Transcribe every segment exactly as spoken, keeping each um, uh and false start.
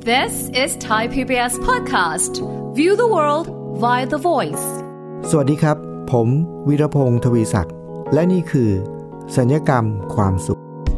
This is Thai พี บี เอส podcast. View the world via the voice. สวัสดีครับผมวีรพงศ์ทวีศักดิ์และนี่คือสัญญกรรมความสุข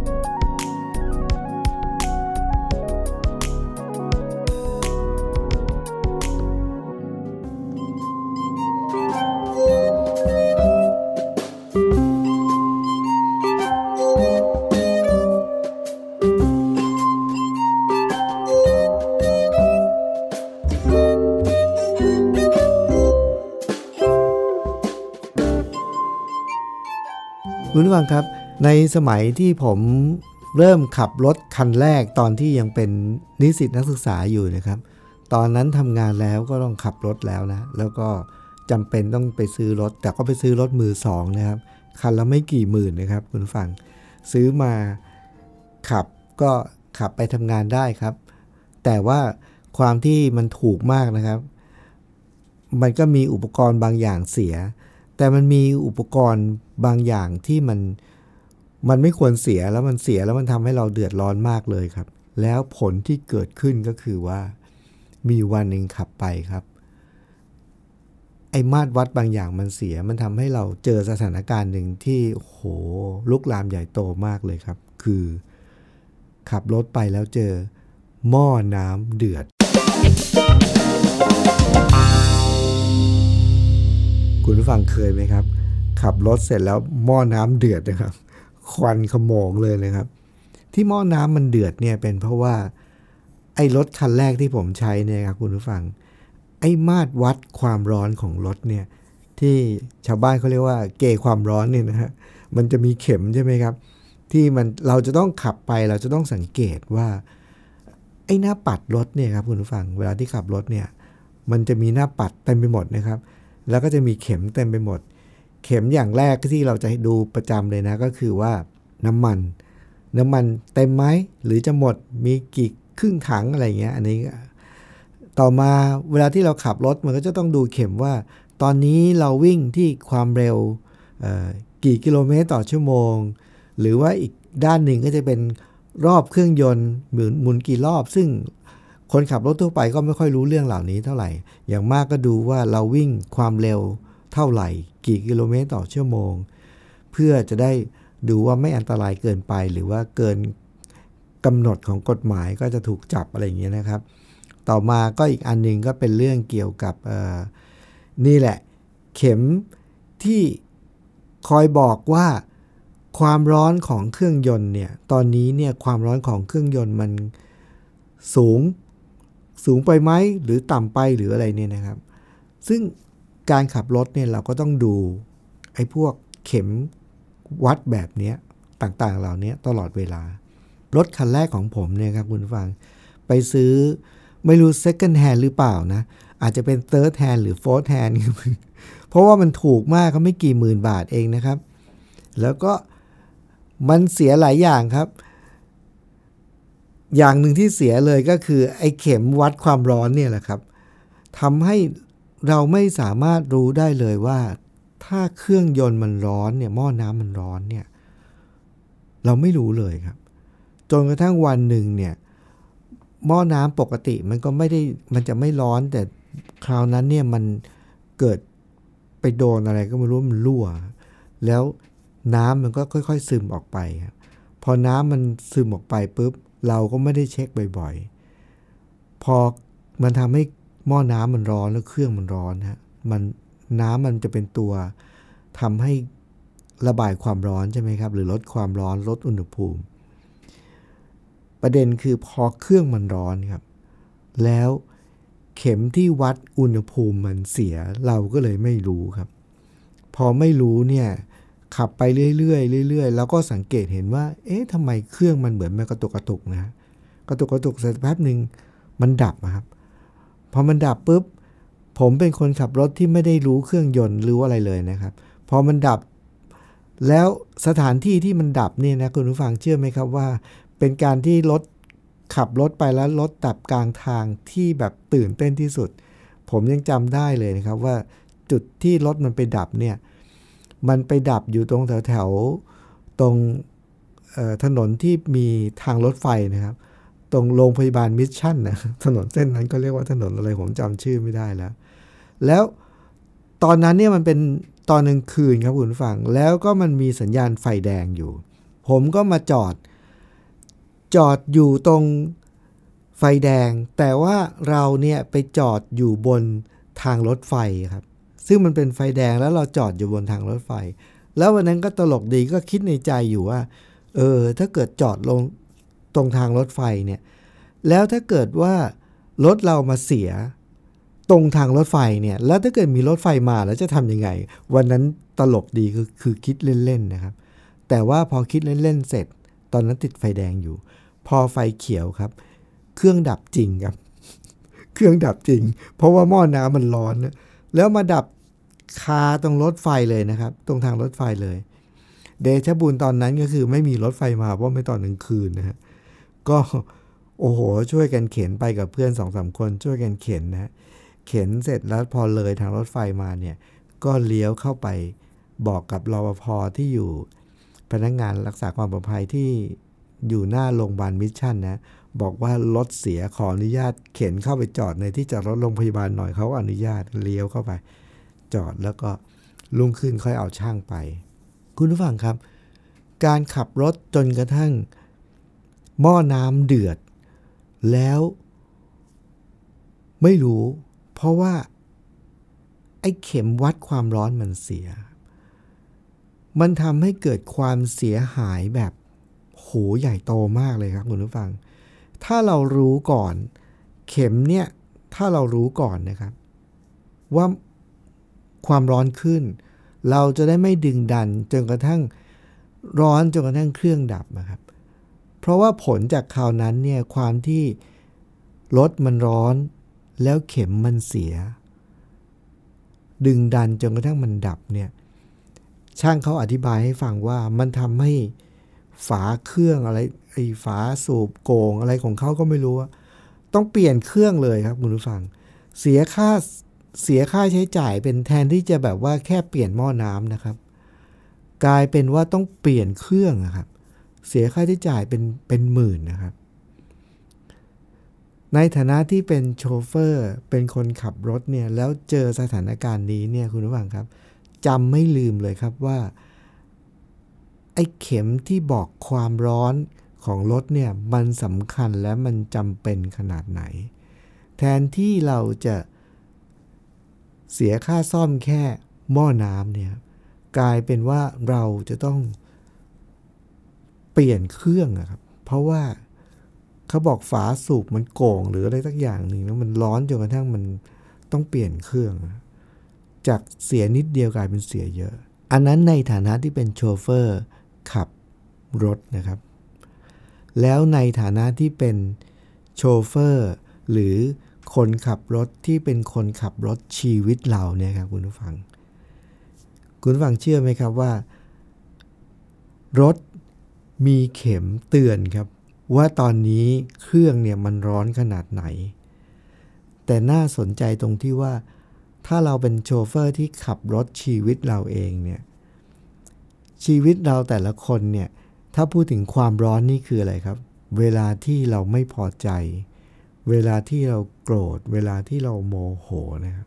คุณผู้ฟังครับในสมัยที่ผมเริ่มขับรถคันแรกตอนที่ยังเป็นนิสิตนักศึกษาอยู่นะครับตอนนั้นทำงานแล้วก็ต้องขับรถแล้วนะแล้วก็จำเป็นต้องไปซื้อรถแต่ก็ไปซื้อรถมือสองนะครับคันละไม่กี่หมื่นนะครับคุณผู้ฟังซื้อมาขับก็ขับไปทำงานได้ครับแต่ว่าความที่มันถูกมากนะครับมันก็มีอุปกรณ์บางอย่างเสียแต่มันมีอุปกรณ์บางอย่างที่มันมันไม่ควรเสียแล้วมันเสียแล้วมันทำให้เราเดือดร้อนมากเลยครับแล้วผลที่เกิดขึ้นก็คือว่ามีวันหนึ่งขับไปครับไอ้มาตรวัดบางอย่างมันเสียมันทำให้เราเจอสถานการณ์หนึ่งที่โหลุกลามใหญ่โตมากเลยครับคือขับรถไปแล้วเจอหม้อน้ำเดือดคุณผู้ฟังเคยไหมครับขับรถเสร็จแล้วหม้อน้ำเดือดนะครับควันขโมงเลยนะครับที่หม้อน้ำมันเดือดเนี่ยเป็นเพราะว่าไอ้รถคันแรกที่ผมใช้เนี่ยครับคุณผู้ฟังไอ้มาตรวัดความร้อนของรถเนี่ยที่ชาวบ้านเขาเรียกว่าเกจความร้อนเนี่ยนะฮะมันจะมีเข็มใช่ไหมครับที่มันเราจะต้องขับไปเราจะต้องสังเกตว่าไอ้หน้าปัดรถเนี่ยครับคุณผู้ฟังเวลาที่ขับรถเนี่ยมันจะมีหน้าปัดเต็มไปหมดนะครับแล้วก็จะมีเข็มเต็มไปหมดเข็มอย่างแรกที่เราจะดูประจำเลยนะก็คือว่าน้ำมันน้ำมันเต็มไหมหรือจะหมดมีกี่ครึ่งถังอะไรเงี้ยอันนี้ต่อมาเวลาที่เราขับรถมันก็จะต้องดูเข็มว่าตอนนี้เราวิ่งที่ความเร็วกี่กิโลเมตรต่อชั่วโมงหรือว่าอีกด้านหนึ่งก็จะเป็นรอบเครื่องยนต์หมุนหมุนกี่รอบซึ่งคนขับรถทั่วไปก็ไม่ค่อยรู้เรื่องเหล่านี้เท่าไหร่อย่างมากก็ดูว่าเราวิ่งความเร็วเท่าไหร่กี่กิโลเมตรต่อชั่วโมงเพื่อจะได้ดูว่าไม่อันตรายเกินไปหรือว่าเกินกำหนดของกฎหมายก็จะถูกจับอะไรอย่างเงี้ยนะครับต่อมาก็อีกอันนึงก็เป็นเรื่องเกี่ยวกับนี่แหละเข็มที่คอยบอกว่าความร้อนของเครื่องยนต์เนี่ยตอนนี้เนี่ยความร้อนของเครื่องยนต์มันสูงสูงไปไหมหรือต่ำไปหรืออะไรเนี่ยนะครับซึ่งการขับรถเนี่ยเราก็ต้องดูไอ้พวกเข็มวัดแบบนี้ต่างๆเหล่านี้ตลอดเวลารถคันแรกของผมเนี่ยครับคุณผู้ฟังไปซื้อไม่รู้ second hand หรือเปล่านะอาจจะเป็น third hand หรือ fourth hand เพราะว่ามันถูกมากก็ไม่กี่หมื่นบาทเองนะครับแล้วก็มันเสียหลายอย่างครับอย่างหนึ่งที่เสียเลยก็คือไอ้เข็มวัดความร้อนเนี่ยแหละครับทำให้เราไม่สามารถรู้ได้เลยว่าถ้าเครื่องยนต์มันร้อนเนี่ยหม้อน้ำมันร้อนเนี่ยเราไม่รู้เลยครับจนกระทั่งวันหนึ่งเนี่ยหม้อน้ำปกติมันก็ไม่ได้มันจะไม่ร้อนแต่คราวนั้นเนี่ยมันเกิดไปโดนอะไรก็ไม่รู้มันรั่วแล้วน้ำมันก็ค่อยๆซึมออกไปครับพอน้ำมันซึมออกไปปุ๊บเราก็ไม่ได้เช็คบ่อยๆพอมันทำให้หม้อน้ำมันร้อนแล้วเครื่องมันร้อนฮะมันน้ำมันจะเป็นตัวทำให้ระบายความร้อนใช่ไหมครับหรือลดความร้อนลดอุณหภูมิประเด็นคือพอเครื่องมันร้อนครับแล้วเข็มที่วัดอุณหภูมิมันเสียเราก็เลยไม่รู้ครับพอไม่รู้เนี่ยขับไปเรื่อยๆเรื่อยๆแล้วก็สังเกตเห็นว่าเอ๊ะทำไมเครื่องมันเหมือนมันกระตุกกระตุกนะกระตุกกระตุกเสร็จแป๊บนึงมันดับครับพอมันดับปุ๊บผมเป็นคนขับรถที่ไม่ได้รู้เครื่องยนต์หรืออะไรเลยนะครับพอมันดับแล้วสถานที่ที่มันดับเนี่ยนะคุณผู้ฟังเชื่อไหมครับว่าเป็นการที่รถขับรถไปแล้วรถดับกลางทางที่แบบตื่นเต้นที่สุดผมยังจำได้เลยนะครับว่าจุดที่รถมันไปดับเนี่ยมันไปดับอยู่ตรงแถวๆตรงถนนที่มีทางรถไฟนะครับตรงโรงพยาบาลมิชชั่นนะถนนเส้นนั้นก็เรียกว่าถนนอะไรผมจำชื่อไม่ได้แล้วแล้วตอนนั้นเนี่ยมันเป็นตอนกลางคืนครับคุณผู้ฟังแล้วก็มันมีสัญญาณไฟแดงอยู่ผมก็มาจอดจอดอยู่ตรงไฟแดงแต่ว่าเราเนี่ยไปจอดอยู่บนทางรถไฟครับซึ่งมันเป็นไฟแดงแล้วเราจอดอยู่บนทางรถไฟแล้ววันนั้นก็ตลกดีก็คิดในใจอยู่ว่าเออถ้าเกิดจอดลงตรงทางรถไฟเนี่ยแล้วถ้าเกิดว่ารถเรามาเสียตรงทางรถไฟเนี่ยแล้วถ้าเกิดมีรถไฟมาแล้วจะทำยังไงวันนั้นตลกดีคือคือคิดเล่นๆนะครับแต่ว่าพอคิดเล่นๆเสร็จตอนนั้นติดไฟแดงอยู่พอไฟเขียวครับเครื่องดับจริงครับเครื่องดับจริงเพราะว่าหม้อน้ำมันร้อนนะแล้วมาดับคาตรงรถไฟเลยนะครับตรงทางรถไฟเลยเดชะบุญตอนนั้นก็คือไม่มีรถไฟมาเพราะไม่ตอนกลางคืนนะฮะก็โอ้โหช่วยกันเข็นไปกับเพื่อน สองสาม คนช่วยกันเข็นนะเข็นเสร็จแล้วพอเลยทางรถไฟมาเนี่ยก็เลี้ยวเข้าไปบอกกับรปภ.ที่อยู่พนักงานรักษาความปลอดภัยที่อยู่หน้าโรงพยาบาลมิชชั่นนะบอกว่ารถเสียขออนุญาตเข็นเข้าไปจอดในที่จอดรถโรงพยาบาลหน่อยเขาอนุญาตเลี้ยวเข้าไปจอดแล้วก็ลุ่งขึ้นค่อยเอาช่างไปคุณผู้ฟังครับการขับรถจนกระทั่งหม้อน้ำเดือดแล้วไม่รู้เพราะว่าไอ้เข็มวัดความร้อนมันเสียมันทำให้เกิดความเสียหายแบบโหใหญ่โตมากเลยครับคุณผู้ฟังถ้าเรารู้ก่อนเข็มเนี่ยถ้าเรารู้ก่อนนะครับว่าความร้อนขึ้นเราจะได้ไม่ดึงดันจนกระทั่งร้อนจนกระทั่งเครื่องดับนะครับเพราะว่าผลจากคราวนั้นเนี่ยความที่รถมันร้อนแล้วเข็มมันเสียดึงดันจนกระทั่งมันดับเนี่ยช่างเขาอธิบายให้ฟังว่ามันทำให้ฝาเครื่องอะไรไอ้ฝาสูบโกงอะไรของเขาก็ไม่รู้ว่าต้องเปลี่ยนเครื่องเลยครับคุณผู้ฟังเสียค่าเสียค่าใช้จ่ายเป็นแทนที่จะแบบว่าแค่เปลี่ยนหม้อน้ำนะครับกลายเป็นว่าต้องเปลี่ยนเครื่องนะครับเสียค่าใช้จ่ายเป็นเป็นหมื่นนะครับในฐานะที่เป็นโชเฟอร์เป็นคนขับรถเนี่ยแล้วเจอสถานการณ์นี้เนี่ยคุณผู้ฟังครับจำไม่ลืมเลยครับว่าไอ้เข็มที่บอกความร้อนของรถเนี่ยมันสำคัญและมันจำเป็นขนาดไหนแทนที่เราจะเสียค่าซ่อมแค่หม้อน้ำเนี่ยกลายเป็นว่าเราจะต้องเปลี่ยนเครื่องอะครับเพราะว่าเขาบอกฝาสูบมันโก่งหรืออะไรสักอย่างหนึ่งแล้วมันร้อนจนกระทั่งมันต้องเปลี่ยนเครื่องจากเสียนิดเดียวกลายเป็นเสียเยอะอันนั้นในฐานะที่เป็นโชเฟอร์ขับรถนะครับแล้วในฐานะที่เป็นโชเฟอร์หรือคนขับรถที่เป็นคนขับรถชีวิตเราเนี่ยครับคุณผู้ฟังคุณผู้ฟังเชื่อไหมครับว่ารถมีเข็มเตือนครับว่าตอนนี้เครื่องเนี่ยมันร้อนขนาดไหนแต่น่าสนใจตรงที่ว่าถ้าเราเป็นโชเฟอร์ที่ขับรถชีวิตเราเองเนี่ยชีวิตเราแต่ละคนเนี่ยถ้าพูดถึงความร้อนนี่คืออะไรครับเวลาที่เราไม่พอใจเวลาที่เราโกรธเวลาที่เราโมโหนะครับ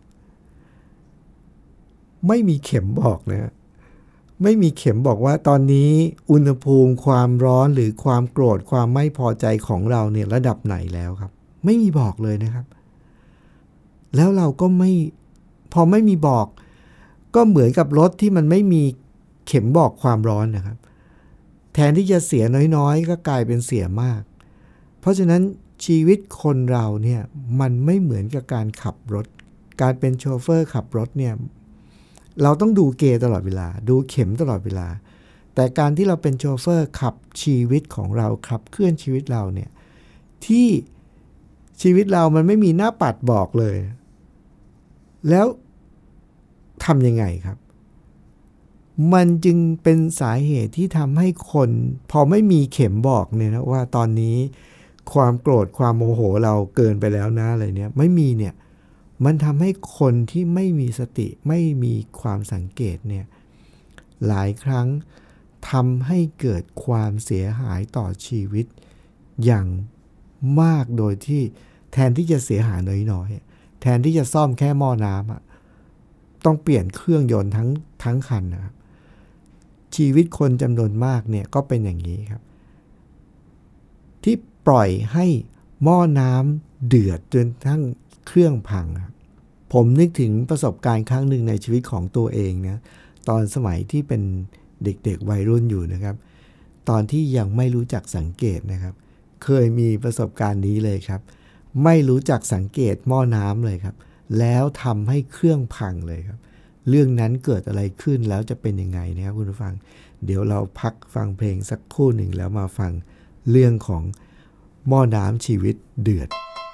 ไม่มีเข็มบอกนะไม่มีเข็มบอกว่าตอนนี้อุณหภูมิความร้อนหรือความโกรธความไม่พอใจของเราเนี่ยระดับไหนแล้วครับไม่มีบอกเลยนะครับแล้วเราก็ไม่พอไม่มีบอกก็เหมือนกับรถที่มันไม่มีเข็มบอกความร้อนนะครับแทนที่จะเสียน้อยๆก็กลายเป็นเสียมากเพราะฉะนั้นชีวิตคนเราเนี่ยมันไม่เหมือนกับการขับรถการเป็นโชเฟอร์ขับรถเนี่ยเราต้องดูเกจตลอดเวลาดูเข็มตลอดเวลาแต่การที่เราเป็นโชเฟอร์ขับชีวิตของเราขับเคลื่อนชีวิตเราเนี่ยที่ชีวิตเรามันไม่มีหน้าปัดบอกเลยแล้วทำยังไงครับมันจึงเป็นสาเหตุที่ทำให้คนพอไม่มีเข็มบอกเนี่ยนะว่าตอนนี้ความโกรธความโมโหเราเกินไปแล้วนะอะไรเนี่ยไม่มีเนี่ยมันทำให้คนที่ไม่มีสติไม่มีความสังเกตเนี่ยหลายครั้งทำให้เกิดความเสียหายต่อชีวิตอย่างมากโดยที่แทนที่จะเสียหายน้อยๆแทนที่จะซ่อมแค่หม้อน้ำอะต้องเปลี่ยนเครื่องยนต์ทั้งทั้งคันนะครับชีวิตคนจำนวนมากเนี่ยก็เป็นอย่างนี้ครับที่ปล่อยให้หม้อน้ำเดือดจนทั้งเครื่องพังครับผมนึกถึงประสบการณ์ครั้งหนึ่งในชีวิตของตัวเองนะตอนสมัยที่เป็นเด็กๆวัยรุ่นอยู่นะครับตอนที่ยังไม่รู้จักสังเกตนะครับเคยมีประสบการณ์นี้เลยครับไม่รู้จักสังเกตหม้อน้ำเลยครับแล้วทำให้เครื่องพังเลยครับเรื่องนั้นเกิดอะไรขึ้นแล้วจะเป็นยังไงนะครับคุณผู้ฟังเดี๋ยวเราพักฟังเพลงสักครู่หนึ่งแล้วมาฟังเรื่องของหม้อน้ำชีวิตเดือด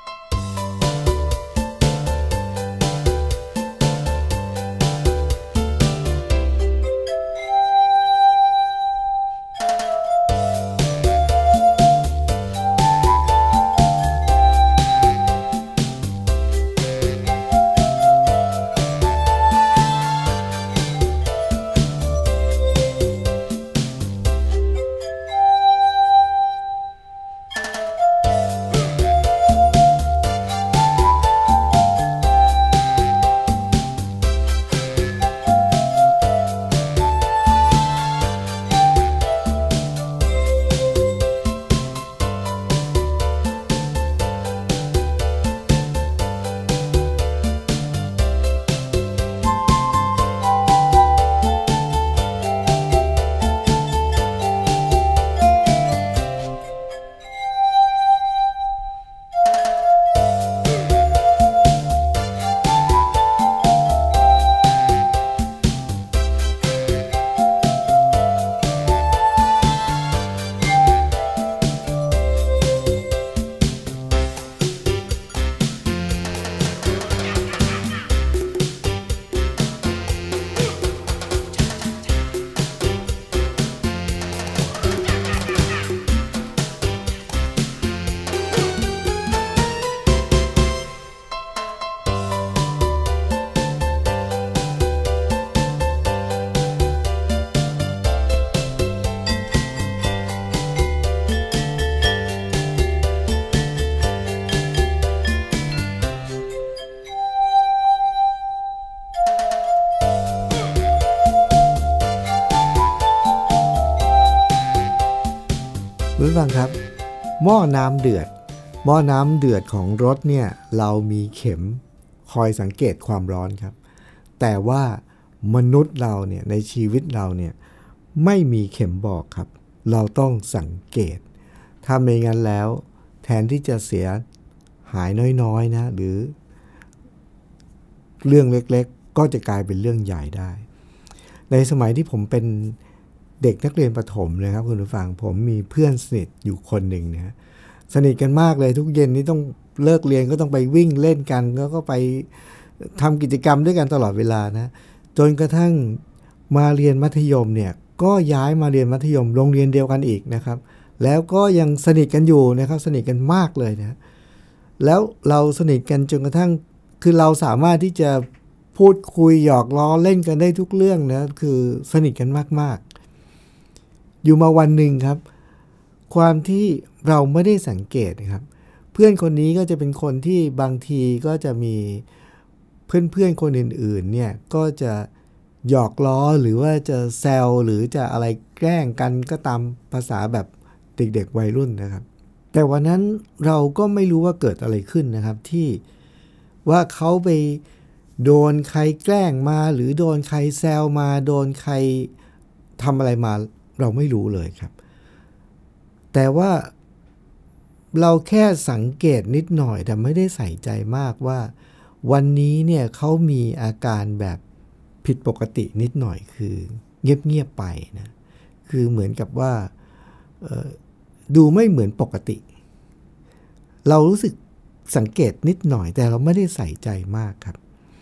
คุณผู้ฟังครับหม้อน้ำเดือดหม้อน้ำเดือดของรถเนี่ยเรามีเข็มคอยสังเกตความร้อนครับแต่ว่ามนุษย์เราเนี่ยในชีวิตเราเนี่ยไม่มีเข็มบอกครับเราต้องสังเกตถ้าไม่งั้นแล้วแทนที่จะเสียหายน้อยๆนะหรือเรื่องเล็กๆก็จะกลายเป็นเรื่องใหญ่ได้ในสมัยที่ผมเป็นเด็กนักเรียนประถมนะครับคุณผู้ฟังผมมีเพื่อนสนิทอยู่คนหนึ่งนะสนิทกันมากเลยทุกเย็นนี้ต้องเลิกเรียนก็ต้องไปวิ่งเล่นกันแล้วก็ไปทำกิจกรรมด้วยกันตลอดเวลานะจนกระทั่งมาเรียนมัธยมเนี่ยก็ย้ายมาเรียนมัธยมโรงเรียนเดียวกันอีกนะครับแล้วก็ยังสนิทกันอยู่นะครับสนิทกันมากเลยนะแล้วเราสนิทกันจนกระทั่งคือเราสามารถที่จะพูดคุยหยอกล้อเล่นกันได้ทุกเรื่องนะคือสนิทกันมากๆอยู่มาวันหนึ่งครับความที่เราไม่ได้สังเกตนะครับเพื่อนคนนี้ก็จะเป็นคนที่บางทีก็จะมีเพื่อนๆคนอื่นๆเนี่ยก็จะหยอกล้อหรือว่าจะแซวหรือจะอะไรแกล้งกันก็ตามภาษาแบบเด็กๆวัยรุ่นนะครับแต่วันนั้นเราก็ไม่รู้ว่าเกิดอะไรขึ้นนะครับที่ว่าเขาไปโดนใครแกล้งมาหรือโดนใครแซวมาโดนใครทำอะไรมาเราไม่รู้เลยครับแต่ว่าเราแค่สังเกตนิดหน่อยแต่ไม่ได้ใส่ใจมากว่าวันนี้เนี่ยเขามีอาการแบบผิดปกตินิดหน่อยคือเงียบๆไปนะคือเหมือนกับว่าดูไม่เหมือนปกติเรารู้สึกสังเกตนิดหน่อยแต่เราไม่ได้ใส่ใจมากครับ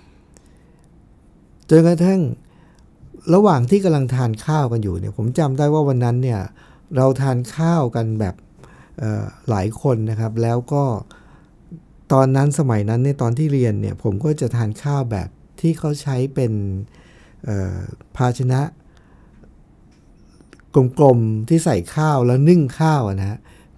จนกระทั่งระหว่างที่กำลังทานข้าวกันอยู่เนี่ยผมจำได้ว่าวันนั้นเนี่ยเราทานข้าวกันแบบหลายคนนะครับแล้วก็ตอนนั้นสมัยนั้นในตอนที่เรียนเนี่ยผมก็จะทานข้าวแบบที่เขาใช้เป็นภาชนะกลมๆที่ใส่ข้าวแล้วนึ่งข้าวนะฮะ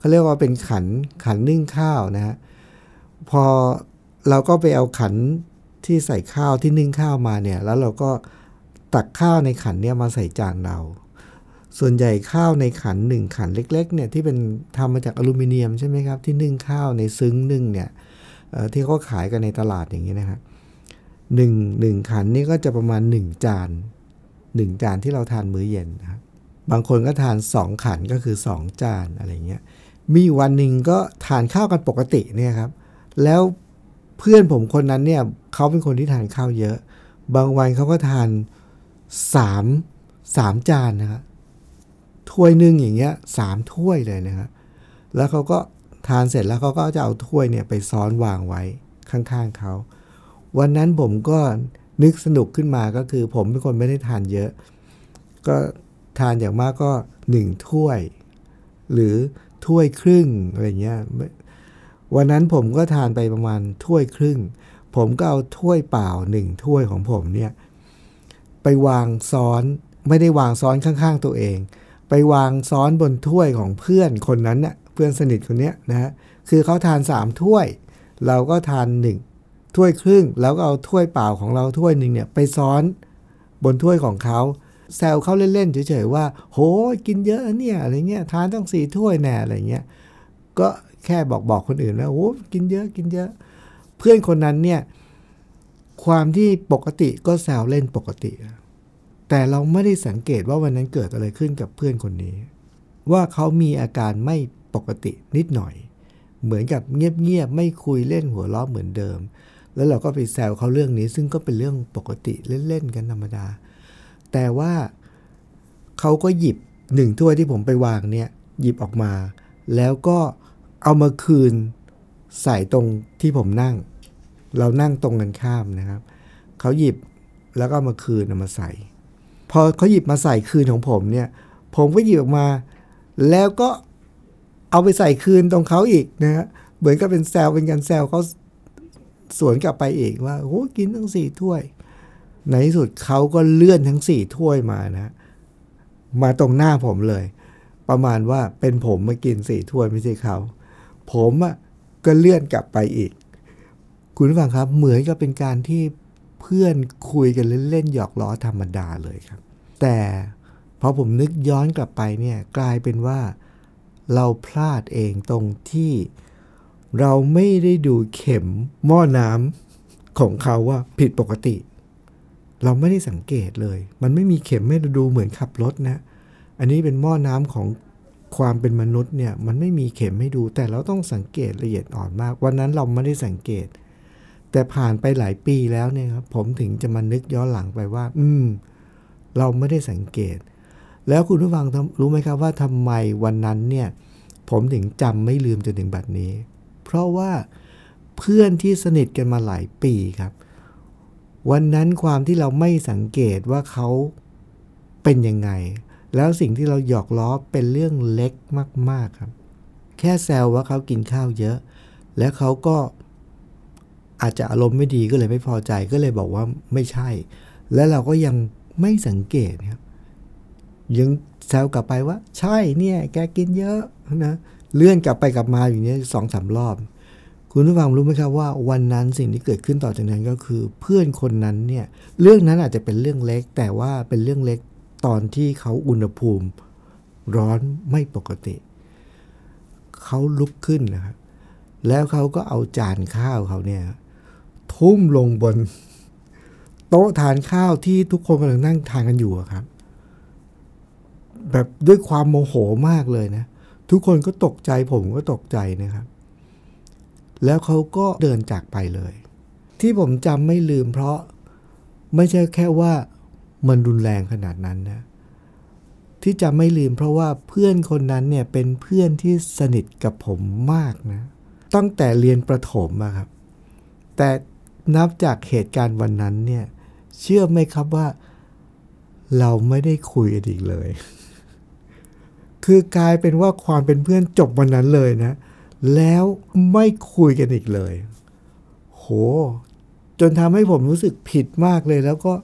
เขาเรียกว่าเป็นขันขันนึ่งข้าวนะฮะพอเราก็ไปเอาขันที่ใส่ข้าวที่นึ่งข้าวมาเนี่ยแล้วเราก็ตักข้าวในขันเนี่ยมาใส่จานเราส่วนใหญ่ข้าวในขันหนึ่งขันเล็กๆเนี่ยที่เป็นทำมาจากอลูมิเนียมใช่ไหมครับที่นึ่งข้าวในซึ้งนึ่งเนี่ยที่เขาขายกันในตลาดอย่างนี้นะครับหนึ่งหนึ่งขันนี่ก็จะประมาณหนึ่งจานหนึ่งจานที่เราทานมื้อเย็นนะครับบางคนก็ทานสองขันก็คือสองจานอะไรเงี้ยมีวันหนึ่งก็ทานข้าวกันปกติเนี่ยครับแล้วเพื่อนผมคนนั้นเนี่ยเขาเป็นคนที่ทานข้าวเยอะบางวันเขาก็ทานสามสามจานนะครับถ้วยนึงอย่างเงี้ยสามถ้วยเลยนะครับแล้วเขาก็ทานเสร็จแล้วเขาก็จะเอาถ้วยเนี่ยไปซ้อนวางไว้ข้างๆเขาวันนั้นผมก็นึกสนุกขึ้นมาก็คือผมเป็นคนไม่ได้ทานเยอะก็ทานอย่างมากก็หนึ่งถ้วยหรือถ้วยครึ่งอะไรเงี้ยวันนั้นผมก็ทานไปประมาณถ้วยครึ่งผมก็เอาถ้วยเปล่าหนึ่งถ้วยของผมเนี่ยไปวางซ้อนไม่ได้วางซ้อนข้างๆตัวเองไปวางซ้อนบนถ้วยของเพื่อนคนนั้นน่ะเพื่อนสนิทคนเนี้ยนะฮะคือเขาทานสามถ้วยเราก็ทานหนึ่งถ้วยครึ่งแล้วก็เอาถ้วยเปล่าของเราถ้วยนึงเนี่ยไปซ้อนบนถ้วยของเขาแซวเขาเล่นๆเฉยๆว่าโหกินเยอะเนี่ยอะไรเงี้ยทานตั้งสี่ถ้วยแน่อะไรเงี้ยก็แค่บอกบอกคนอื่นว่าโอ้กินเยอะกินเยอะเพื่อนคนนั้นเนี่ยความที่ปกติก็แซวเล่นปกติแต่เราไม่ได้สังเกตว่าวันนั้นเกิดอะไรขึ้นกับเพื่อนคนนี้ว่าเขามีอาการไม่ปกตินิดหน่อยเหมือนกับเงียบๆไม่คุยเล่นหัวเราะเหมือนเดิมแล้วเราก็ไปแซวเขาเรื่องนี้ซึ่งก็เป็นเรื่องปกติเล่นๆกันธรรมดาแต่ว่าเขาก็หยิบหนึ่งถ้วยที่ผมไปวางเนี่ยหยิบออกมาแล้วก็เอามาคืนใส่ตรงที่ผมนั่งเรานั่งตรงกันข้ามนะครับเขาหยิบแล้วก็เอามาคืนเอามาใส่พอเขาหยิบมาใส่คืนของผมเนี่ยผมก็หยิบออกมาแล้วก็เอาไปใส่คืนตรงเขาอีกนะฮะเหมือนกับเป็นแซวเป็นการแซวเขาสวนกลับไปอีกว่าโอ้กินทั้งสี่ถ้วยในที่สุดเขาก็เลื่อนทั้งสี่ถ้วยมานะมาตรงหน้าผมเลยประมาณว่าเป็นผมมากินสี่ถ้วยไม่ใช่เขาผมอ่ะก็เลื่อนกลับไปอีกคุณผู้ฟังครับเหมือนกับเป็นการที่เพื่อนคุยกันเล่นๆหยอกล้อธรรมดาเลยครับแต่พอผมนึกย้อนกลับไปเนี่ยกลายเป็นว่าเราพลาดเองตรงที่เราไม่ได้ดูเข็มหม้อน้ำของเขาว่าผิดปกติเราไม่ได้สังเกตเลยมันไม่มีเข็มให้เราดูเหมือนขับรถนะอันนี้เป็นหม้อน้ำของความเป็นมนุษย์เนี่ยมันไม่มีเข็มให้ดูแต่เราต้องสังเกตละเอียดอ่อนมากวันนั้นเราไม่ได้สังเกตแต่ผ่านไปหลายปีแล้วเนี่ยครับผมถึงจะมานึกย้อนหลังไปว่าอืมเราไม่ได้สังเกตแล้วคุณผู้ฟังรู้ไหมครับว่าทำไมวันนั้นเนี่ยผมถึงจำไม่ลืมจนถึงบัดนี้เพราะว่าเพื่อนที่สนิทกันมาหลายปีครับวันนั้นความที่เราไม่สังเกตว่าเขาเป็นยังไงแล้วสิ่งที่เราหยอกล้อเป็นเรื่องเล็กมากๆครับแค่แซวว่าเขากินข้าวเยอะแล้วเขาก็อาจจะอารมณ์ไม่ดีก็เลยไม่พอใจก็เลยบอกว่าไม่ใช่แล้วเราก็ยังไม่สังเกตครับยังแซวกลับไปว่าใช่เนี่ยแกกินเยอะนะเลื่อนกลับไปกลับมาอย่างนี้สองสามรอบคุณผู้ฟังรู้ไหมครับว่าวันนั้นสิ่งที่เกิดขึ้นต่อจากนั้นก็คือเพื่อนคนนั้นเนี่ยเรื่องนั้นอาจจะเป็นเรื่องเล็กแต่ว่าเป็นเรื่องเล็กตอนที่เขาอุณหภูมิร้อนไม่ปกติเขาลุกขึ้นนะครับแล้วเขาก็เอาจานข้าวเขาเนี่ยทุ่มลงบนโต๊ะทานข้าวที่ทุกคนกำลังนั่งทานกันอยู่ครับแบบด้วยความโมโหมากเลยนะทุกคนก็ตกใจผมก็ตกใจนะครับแล้วเขาก็เดินจากไปเลยที่ผมจำไม่ลืมเพราะไม่ใช่แค่ว่ามันรุนแรงขนาดนั้นนะที่จำไม่ลืมเพราะว่าเพื่อนคนนั้นเนี่ยเป็นเพื่อนที่สนิทกับผมมากนะตั้งแต่เรียนประถมอะครับแต่นับจากเหตุการณ์วันนั้นเนี่ยเชื่อไหมครับว่าเราไม่ได้คุยกันอีกเลยคือกลายเป็นว่าความเป็นเพื่อนจบวันนั้นเลยนะแล้วไม่คุยกันอีกเลยโหจนทำให้ผมรู้สึกผิดมากเลยแล้วก็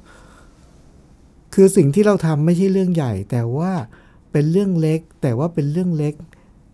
คือสิ่งที่เราทำไม่ใช่เรื่องใหญ่แต่ว่าเป็นเรื่องเล็กแต่ว่าเป็นเรื่องเล็ก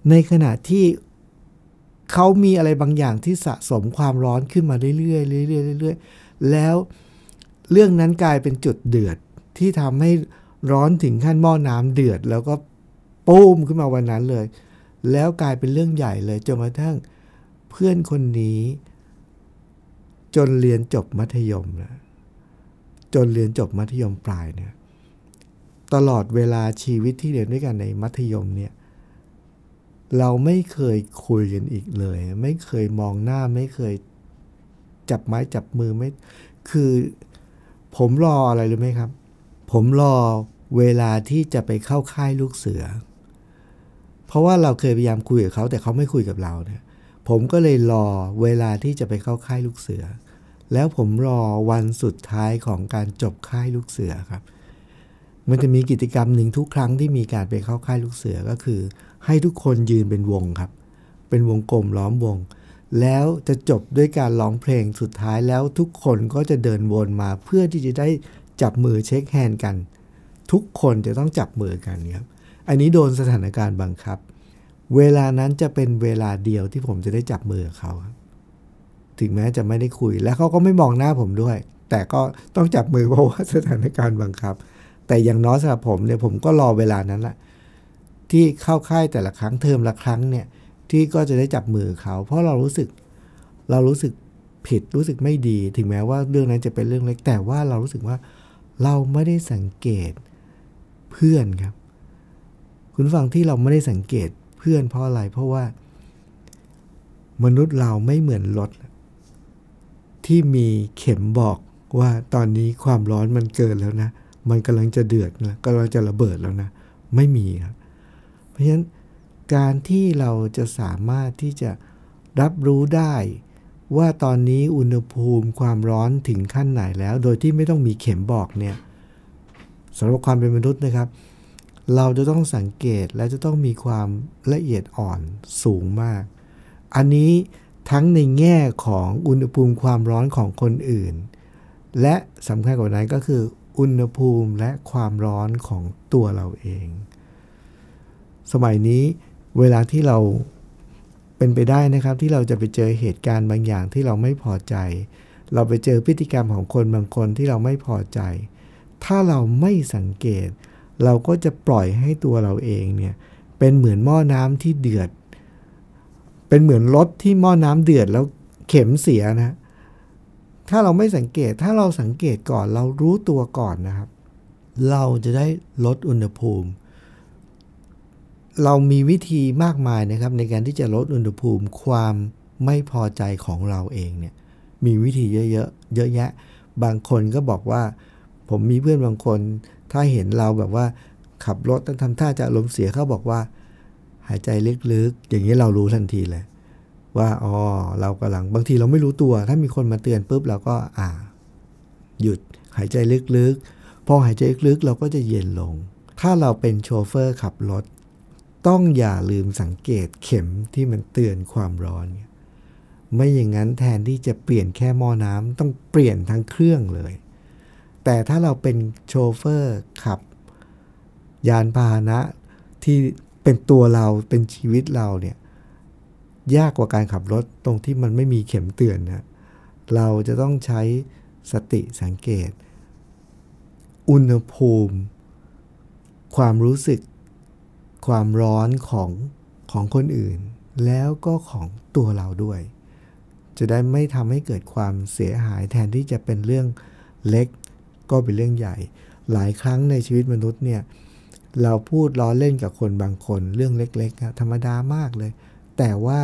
ในขณะที่เขามีอะไรบางอย่างที่สะสมความร้อนขึ้นมาเรื่อยๆเรื่อยๆเรื่อยๆแล้วเรื่องนั้นกลายเป็นจุดเดือดที่ทำให้ร้อนถึงขั้นหม้อน้ำเดือดแล้วก็ปุ้มขึ้นมาวันนั้นเลยแล้วกลายเป็นเรื่องใหญ่เลยจนกระทั่งเพื่อนคนนี้จนเรียนจบมัธยมนะจนเรียนจบมัธยมปลายเนี่ยตลอดเวลาชีวิตที่เรียนด้วยกันในมัธยมเนี่ยเราไม่เคยคุยกันอีกเลยไม่เคยมองหน้าไม่เคยจับไม้จับมือไม่คือผมรออะไรรู้ไหมครับผมรอเวลาที่จะไปเข้าค่ายลูกเสือเพราะว่าเราเคยพยายามคุยกับเขาแต่เขาไม่คุยกับเราเนี่ยผมก็เลยรอเวลาที่จะไปเข้าค่ายลูกเสือแล้วผมรอวันสุดท้ายของการจบค่ายลูกเสือครับมันจะมีกิจกรรมหนึ่งทุกครั้งที่มีการไปเข้าค่ายลูกเสือก็คือให้ทุกคนยืนเป็นวงครับเป็นวงกลมล้อมวงแล้วจะจบด้วยการร้องเพลงสุดท้ายแล้วทุกคนก็จะเดินวนมาเพื่อที่จะได้จับมือเช็คแฮนด์กันทุกคนจะต้องจับมือกันครับอันนี้โดนสถานการณ์บังคับเวลานั้นจะเป็นเวลาเดียวที่ผมจะได้จับมือกับเขาถึงแม้จะไม่ได้คุยและเขาก็ไม่มองหน้าผมด้วยแต่ก็ต้องจับมือเพราะว่าสถานการณ์บังคับแต่อย่างน้อยสำหรับผมเนี่ยผมก็รอเวลานั้นแหละที่เข้าค่ายแต่ละครั้งเทอมละครั้งเนี่ยที่ก็จะได้จับมือเขาเพราะเรารู้สึกเรารู้สึกผิดรู้สึกไม่ดีถึงแม้ว่าเรื่องนั้นจะเป็นเรื่องเล็กแต่ว่าเรารู้สึกว่าเราไม่ได้สังเกตเพื่อนครับคุณฟังที่เราไม่ได้สังเกตเพื่อนเพราะอะไรเพราะว่ามนุษย์เราไม่เหมือนรถที่มีเข็มบอกว่าตอนนี้ความร้อนมันเกินแล้วนะมันกำลังจะเดือดนะกำลังจะระเบิดแล้วนะไม่มีครับเพราะฉะนั้นการที่เราจะสามารถที่จะรับรู้ได้ว่าตอนนี้อุณหภูมิความร้อนถึงขั้นไหนแล้วโดยที่ไม่ต้องมีเข็มบอกเนี่ยสำหรับความเป็นมนุษย์นะครับเราจะต้องสังเกตและจะต้องมีความละเอียดอ่อนสูงมากอันนี้ทั้งในแง่ของอุณหภูมิความร้อนของคนอื่นและสำคัญกว่านั้นก็คืออุณหภูมิและความร้อนของตัวเราเองสมัยนี้เวลาที่เราเป็นไปได้นะครับที่เราจะไปเจอเหตุการณ์บางอย่างที่เราไม่พอใจเราไปเจอพฤติกรรมของคนบางคนที่เราไม่พอใจถ้าเราไม่สังเกตเราก็จะปล่อยให้ตัวเราเองเนี่ยเป็นเหมือนหม้อน้ำที่เดือดเป็นเหมือนรถที่หม้อน้ำเดือดแล้วเข็มเสียนะถ้าเราไม่สังเกตถ้าเราสังเกตก่อนเรารู้ตัวก่อนนะครับเราจะได้ลดอุณหภูมิเรามีวิธีมากมายนะครับในการที่จะลดอุณหภูมิความไม่พอใจของเราเองเนี่ยมีวิธีเยอะๆเยอะแยะบางคนก็บอกว่าผมมีเพื่อนบางคนถ้าเห็นเราแบบว่าขับรถต้องทำท่าจะอารมณ์เสียเขาบอกว่าหายใจลึกๆอย่างนี้เรารู้ทันทีเลยว่าอ๋อเรากำลังบางทีเราไม่รู้ตัวถ้ามีคนมาเตือนปุ๊บเราก็อ่าหยุดหายใจลึกๆพอหายใจลึกๆเราก็จะเย็นลงถ้าเราเป็นโชเฟอร์ขับรถต้องอย่าลืมสังเกตเข็มที่มันเตือนความร้อนไม่อย่างนั้นแทนที่จะเปลี่ยนแค่หม้อน้ำต้องเปลี่ยนทั้งเครื่องเลยแต่ถ้าเราเป็นโชเฟอร์ขับยานพาหนะที่เป็นตัวเราเป็นชีวิตเราเนี่ยยากกว่าการขับรถตรงที่มันไม่มีเข็มเตือนนะเราจะต้องใช้สติสังเกตอุณหภูมิความรู้สึกความร้อนของของคนอื่นแล้วก็ของตัวเราด้วยจะได้ไม่ทำให้เกิดความเสียหายแทนที่จะเป็นเรื่องเล็กก็เป็นเรื่องใหญ่หลายครั้งในชีวิตมนุษย์เนี่ยเราพูดล้อเล่นกับคนบางคนเรื่องเล็กๆธรรมดามากเลยแต่ว่า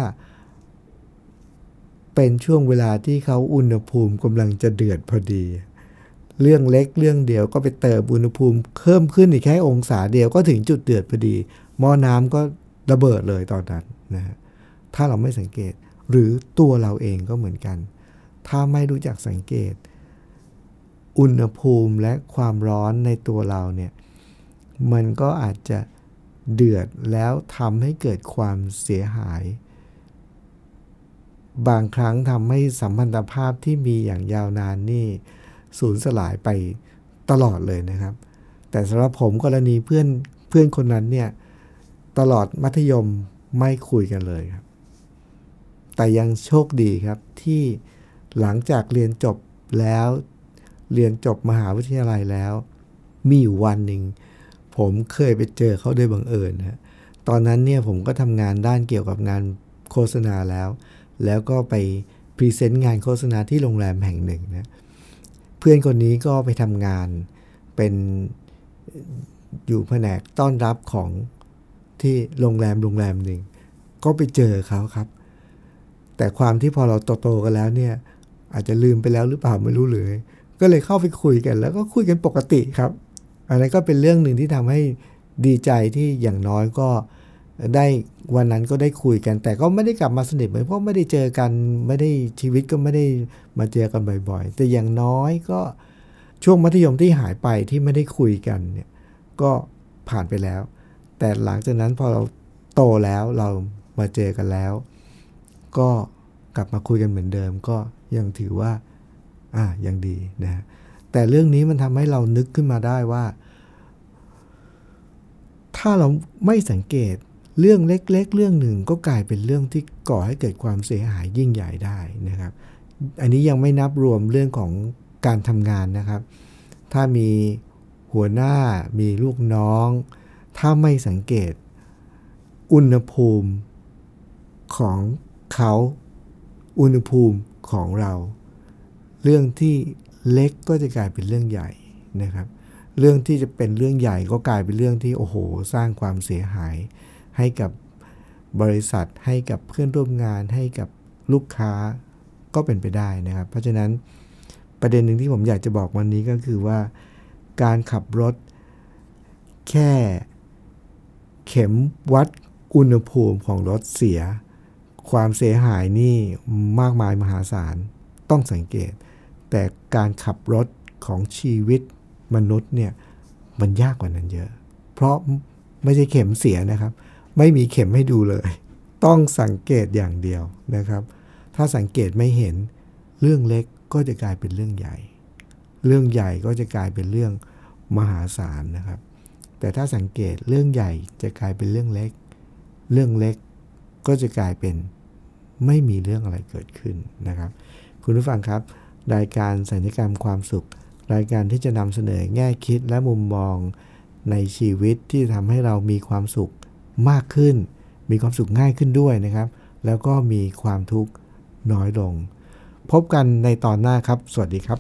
เป็นช่วงเวลาที่เขาอุณหภูมิกำลังจะเดือดพอดีเรื่องเล็กเรื่องเดียวก็ไปเติมอุณหภูมิเพิ่มขึ้นอีกแค่องศาเดียวก็ถึงจุดเดือดพอดีหม้อน้ำก็ระเบิดเลยตอนนั้นนะฮะถ้าเราไม่สังเกตหรือตัวเราเองก็เหมือนกันถ้าไม่รู้จักสังเกตอุณหภูมิและความร้อนในตัวเราเนี่ยมันก็อาจจะเดือดแล้วทำให้เกิดความเสียหายบางครั้งทำให้สัมพันธภาพที่มีอย่างยาวนานนี่สูญสลายไปตลอดเลยนะครับแต่สำหรับผมกรณีเพื่อนเพื่อนคนนั้นเนี่ยตลอดมัธยมไม่คุยกันเลยครับแต่ยังโชคดีครับที่หลังจากเรียนจบแล้วเรียนจบมหาวิทยาลัยแล้วมีอยู่วันหนึ่งผมเคยไปเจอเขาโดยบังเอิญนะตอนนั้นเนี่ยผมก็ทำงานด้านเกี่ยวกับงานโฆษณาแล้วแล้วก็ไปพรีเซนต์งานโฆษณาที่โรงแรมแห่งหนึ่งนะเพื่อนคนนี้ก็ไปทำงานเป็นอยู่แผนกต้อนรับของที่โรงแรมโรงแรมหนึ่งก็ไปเจอเขาครับแต่ความที่พอเราโตๆกันแล้วเนี่ยอาจจะลืมไปแล้วหรือเปล่าไม่รู้เลยก็เลยเข้าไปคุยกันแล้วก็คุยกันปกติครับอันนั้นก็เป็นเรื่องหนึ่งที่ทำให้ดีใจที่อย่างน้อยก็ได้วันนั้นก็ได้คุยกันแต่ก็ไม่ได้กลับมาสนิทเหมือนเพราะไม่ได้เจอกันไม่ได้ชีวิตก็ไม่ได้มาเจอกันบ่อยๆแต่อย่างน้อยก็ช่วงมัธยมที่หายไปที่ไม่ได้คุยกันเนี่ยก็ผ่านไปแล้วแต่หลังจากนั้นพอเราโตแล้วเรามาเจอกันแล้วก็กลับมาคุยกันเหมือนเดิมก็ยังถือว่าอ่ายังดีนะแต่เรื่องนี้มันทำให้เรานึกขึ้นมาได้ว่าถ้าเราไม่สังเกตเรื่องเล็กๆเรื่องหนึ่งก็กลายเป็นเรื่องที่ก่อให้เกิดความเสียหายยิ่งใหญ่ได้นะครับอันนี้ยังไม่นับรวมเรื่องของการทำงานนะครับถ้ามีหัวหน้ามีลูกน้องถ้าไม่สังเกตอุณหภูมิของเขาอุณหภูมิของเราเรื่องที่เล็กก็จะกลายเป็นเรื่องใหญ่นะครับเรื่องที่จะเป็นเรื่องใหญ่ก็กลายเป็นเรื่องที่โอ้โหสร้างความเสียหายให้กับบริษัทให้กับเพื่อนร่วมงานให้กับลูกค้าก็เป็นไปได้นะครับเพราะฉะนั้นประเด็นหนึ่งที่ผมอยากจะบอกวันนี้ก็คือว่าการขับรถแค่เข็มวัดอุณหภูมิของรถเสียความเสียหายนี่มากมายมหาศาลต้องสังเกตแต่การขับรถของชีวิตมนุษย์เนี่ยมันยากกว่านั้นเยอะเพราะไม่ใช่เข็มเสียนะครับไม่มีเข็มให้ดูเลยต้องสังเกตอย่างเดียวนะครับถ้าสังเกตไม่เห็นเรื่องเล็กก็จะกลายเป็นเรื่องใหญ่เรื่องใหญ่ก็จะกลายเป็นเรื่องมหาศาลนะครับแต่ถ้าสังเกตเรื่องใหญ่จะกลายเป็นเรื่องเล็กเรื่องเล็กก็จะกลายเป็นไม่มีเรื่องอะไรเกิดขึ้นนะครับคุณผู้ฟังครับรายการสัญญกรรมความสุขรายการที่จะนำเสนอแง่คิดและมุมมองในชีวิตที่ทำให้เรามีความสุขมากขึ้นมีความสุขง่ายขึ้นด้วยนะครับแล้วก็มีความทุกข์น้อยลงพบกันในตอนหน้าครับสวัสดีครับ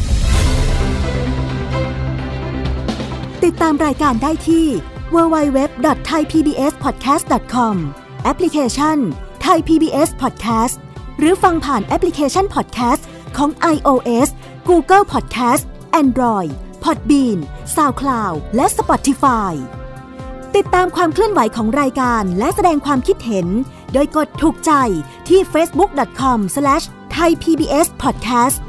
ติดตามรายการได้ที่ ดับเบิลยู ดับเบิลยู ดับเบิลยู ดอท ไทย พี บี เอส พอดแคสต์ ดอท คอม แอปพลิเคชัน Thai พี บี เอส Podcast หรือฟังผ่านแอปพลิเคชัน Podcast ของ iOS Google Podcast Android Podbean SoundCloud และ Spotify ติดตามความเคลื่อนไหวของรายการและแสดงความคิดเห็นโดยกดถูกใจที่ เฟซบุ๊ก ดอท คอม สแลช ไทย พี บี เอส พอดแคสต์